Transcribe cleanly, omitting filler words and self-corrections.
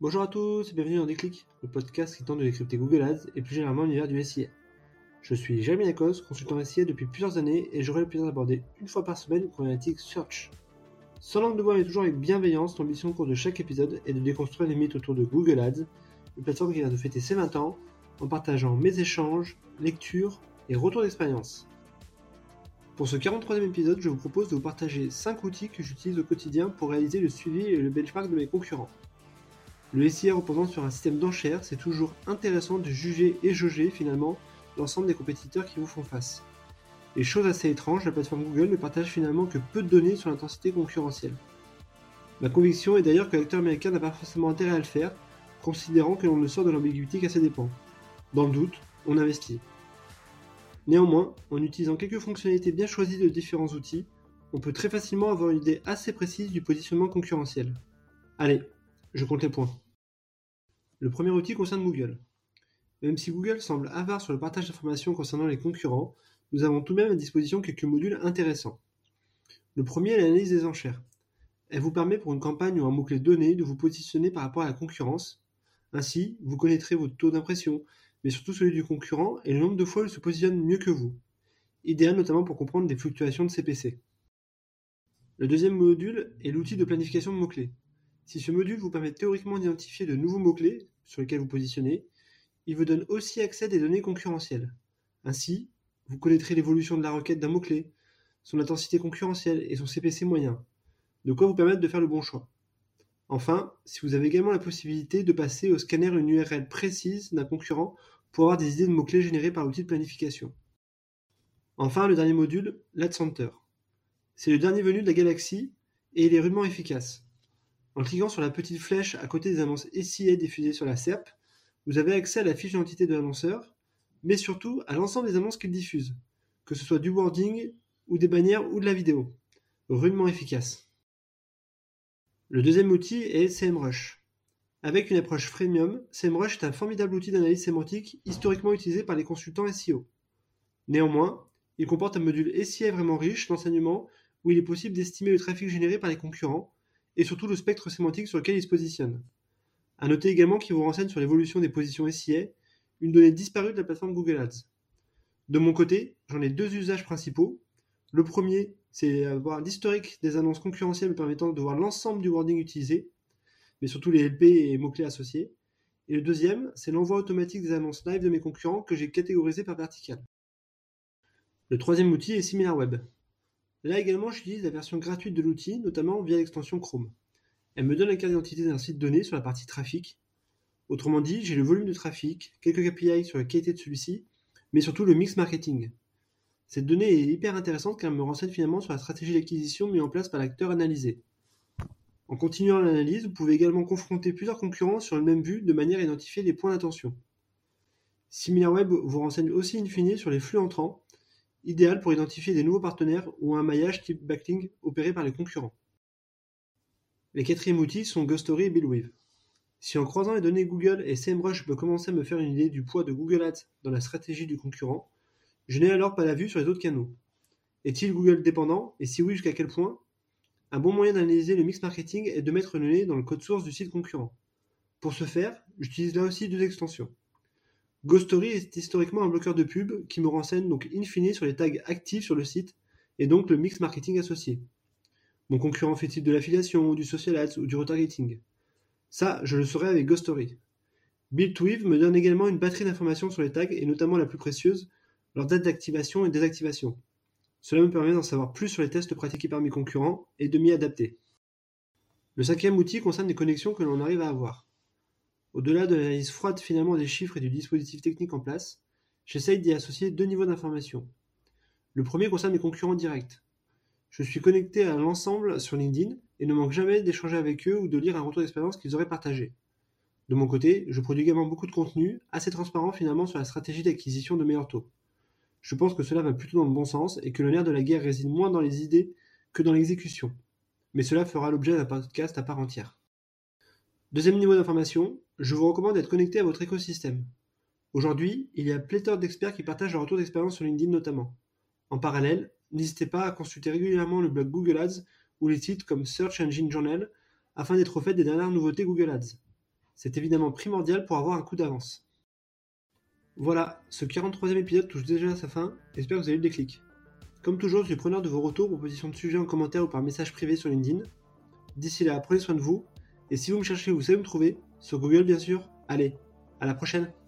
Bonjour à tous et bienvenue dans Déclic, le podcast qui tente de décrypter Google Ads et plus généralement l'univers du SIA. Je suis Jérémy Lacoste, consultant SIA depuis plusieurs années et j'aurai le plaisir d'aborder une fois par semaine une problématique search. Sans langue de bois mais toujours avec bienveillance, l'ambition au cours de chaque épisode est de déconstruire les mythes autour de Google Ads, une plateforme qui vient de fêter ses 20 ans en partageant mes échanges, lectures et retours d'expérience. Pour ce 43e épisode, je vous propose de vous partager 5 outils que j'utilise au quotidien pour réaliser le suivi et le benchmark de mes concurrents. Le SIA reposant sur un système d'enchères, c'est toujours intéressant de juger et jauger finalement l'ensemble des compétiteurs qui vous font face. Et chose assez étrange, la plateforme Google ne partage finalement que peu de données sur l'intensité concurrentielle. Ma conviction est d'ailleurs que l'acteur américain n'a pas forcément intérêt à le faire, considérant que l'on ne sort de l'ambiguïté qu'à ses dépens. Dans le doute, on investit. Néanmoins, en utilisant quelques fonctionnalités bien choisies de différents outils, on peut très facilement avoir une idée assez précise du positionnement concurrentiel. Allez, je compte les points. Le premier outil concerne Google. Même si Google semble avare sur le partage d'informations concernant les concurrents, nous avons tout de même à disposition quelques modules intéressants. Le premier est l'analyse des enchères. Elle vous permet pour une campagne ou un mot-clé donné de vous positionner par rapport à la concurrence. Ainsi, vous connaîtrez votre taux d'impression, mais surtout celui du concurrent et le nombre de fois où il se positionne mieux que vous. Idéal notamment pour comprendre des fluctuations de CPC. Le deuxième module est l'outil de planification de mots-clés. Si ce module vous permet théoriquement d'identifier de nouveaux mots-clés sur lesquels vous positionnez, il vous donne aussi accès à des données concurrentielles. Ainsi, vous connaîtrez l'évolution de la requête d'un mot-clé, son intensité concurrentielle et son CPC moyen, de quoi vous permettre de faire le bon choix. Enfin, si vous avez également la possibilité de passer au scanner une URL précise d'un concurrent pour avoir des idées de mots-clés générés par l'outil de planification. Enfin, le dernier module, l'Ad Center. C'est le dernier venu de la galaxie et il est rudement efficace. En cliquant sur la petite flèche à côté des annonces SIA diffusées sur la SERP, vous avez accès à la fiche d'identité de l'annonceur, mais surtout à l'ensemble des annonces qu'il diffuse, que ce soit du wording, ou des bannières, ou de la vidéo. Rudement efficace. Le deuxième outil est SEMrush. Avec une approche freemium, SEMrush est un formidable outil d'analyse sémantique historiquement utilisé par les consultants SEO. Néanmoins, il comporte un module SIA vraiment riche d'enseignements où il est possible d'estimer le trafic généré par les concurrents et surtout le spectre sémantique sur lequel il se positionne. A noter également qu'il vous renseigne sur l'évolution des positions SIA, une donnée disparue de la plateforme Google Ads. De mon côté, j'en ai deux usages principaux. Le premier, c'est avoir l'historique des annonces concurrentielles me permettant de voir l'ensemble du wording utilisé, mais surtout les LP et mots-clés associés. Et le deuxième, c'est l'envoi automatique des annonces live de mes concurrents que j'ai catégorisé par vertical. Le troisième outil est SimilarWeb. Là également, j'utilise la version gratuite de l'outil, notamment via l'extension Chrome. Elle me donne la carte d'identité d'un site donné sur la partie trafic. Autrement dit, j'ai le volume de trafic, quelques KPI sur la qualité de celui-ci, mais surtout le mix marketing. Cette donnée est hyper intéressante car elle me renseigne finalement sur la stratégie d'acquisition mise en place par l'acteur analysé. En continuant l'analyse, vous pouvez également confronter plusieurs concurrents sur une même vue de manière à identifier les points d'attention. SimilarWeb vous renseigne aussi in fine sur les flux entrants, idéal pour identifier des nouveaux partenaires ou un maillage type backlink opéré par les concurrents. Les quatrièmes outils sont GoStory et Buildwave. Si en croisant les données Google et SEMrush je peux commencer à me faire une idée du poids de Google Ads dans la stratégie du concurrent, je n'ai alors pas la vue sur les autres canaux. Est-il Google dépendant, et si oui jusqu'à quel point? Un bon moyen d'analyser le mix marketing est de mettre le nez dans le code source du site concurrent. Pour ce faire, j'utilise là aussi deux extensions. GoStory est historiquement un bloqueur de pub qui me renseigne donc in fine sur les tags actifs sur le site et donc le mix marketing associé. Mon concurrent fait-il de l'affiliation, ou du social ads, ou du retargeting? Ça, je le saurai avec GoStory. Buildwave me donne également une batterie d'informations sur les tags et notamment la plus précieuse, leur date d'activation et désactivation. Cela me permet d'en savoir plus sur les tests pratiqués par mes concurrents et de m'y adapter. Le cinquième outil concerne les connexions que l'on arrive à avoir. Au-delà de l'analyse froide finalement des chiffres et du dispositif technique en place, j'essaye d'y associer deux niveaux d'information. Le premier concerne mes concurrents directs. Je suis connecté à l'ensemble sur LinkedIn et ne manque jamais d'échanger avec eux ou de lire un retour d'expérience qu'ils auraient partagé. De mon côté, je produis également beaucoup de contenu, assez transparent finalement sur la stratégie d'acquisition de meilleurs taux. Je pense que cela va plutôt dans le bon sens et que le nerf de la guerre réside moins dans les idées que dans l'exécution. Mais cela fera l'objet d'un podcast à part entière. Deuxième niveau d'information, je vous recommande d'être connecté à votre écosystème. Aujourd'hui, il y a pléthore d'experts qui partagent leur retour d'expérience sur LinkedIn notamment. En parallèle, n'hésitez pas à consulter régulièrement le blog Google Ads ou les sites comme Search Engine Journal afin d'être au fait des dernières nouveautés Google Ads. C'est évidemment primordial pour avoir un coup d'avance. Voilà, ce 43e épisode touche déjà à sa fin, j'espère que vous avez eu le déclic. Comme toujours, je suis preneur de vos retours, propositions de sujets en commentaire ou par message privé sur LinkedIn. D'ici là, prenez soin de vous, et si vous me cherchez, vous savez me trouver, sur Google bien sûr. Allez, à la prochaine!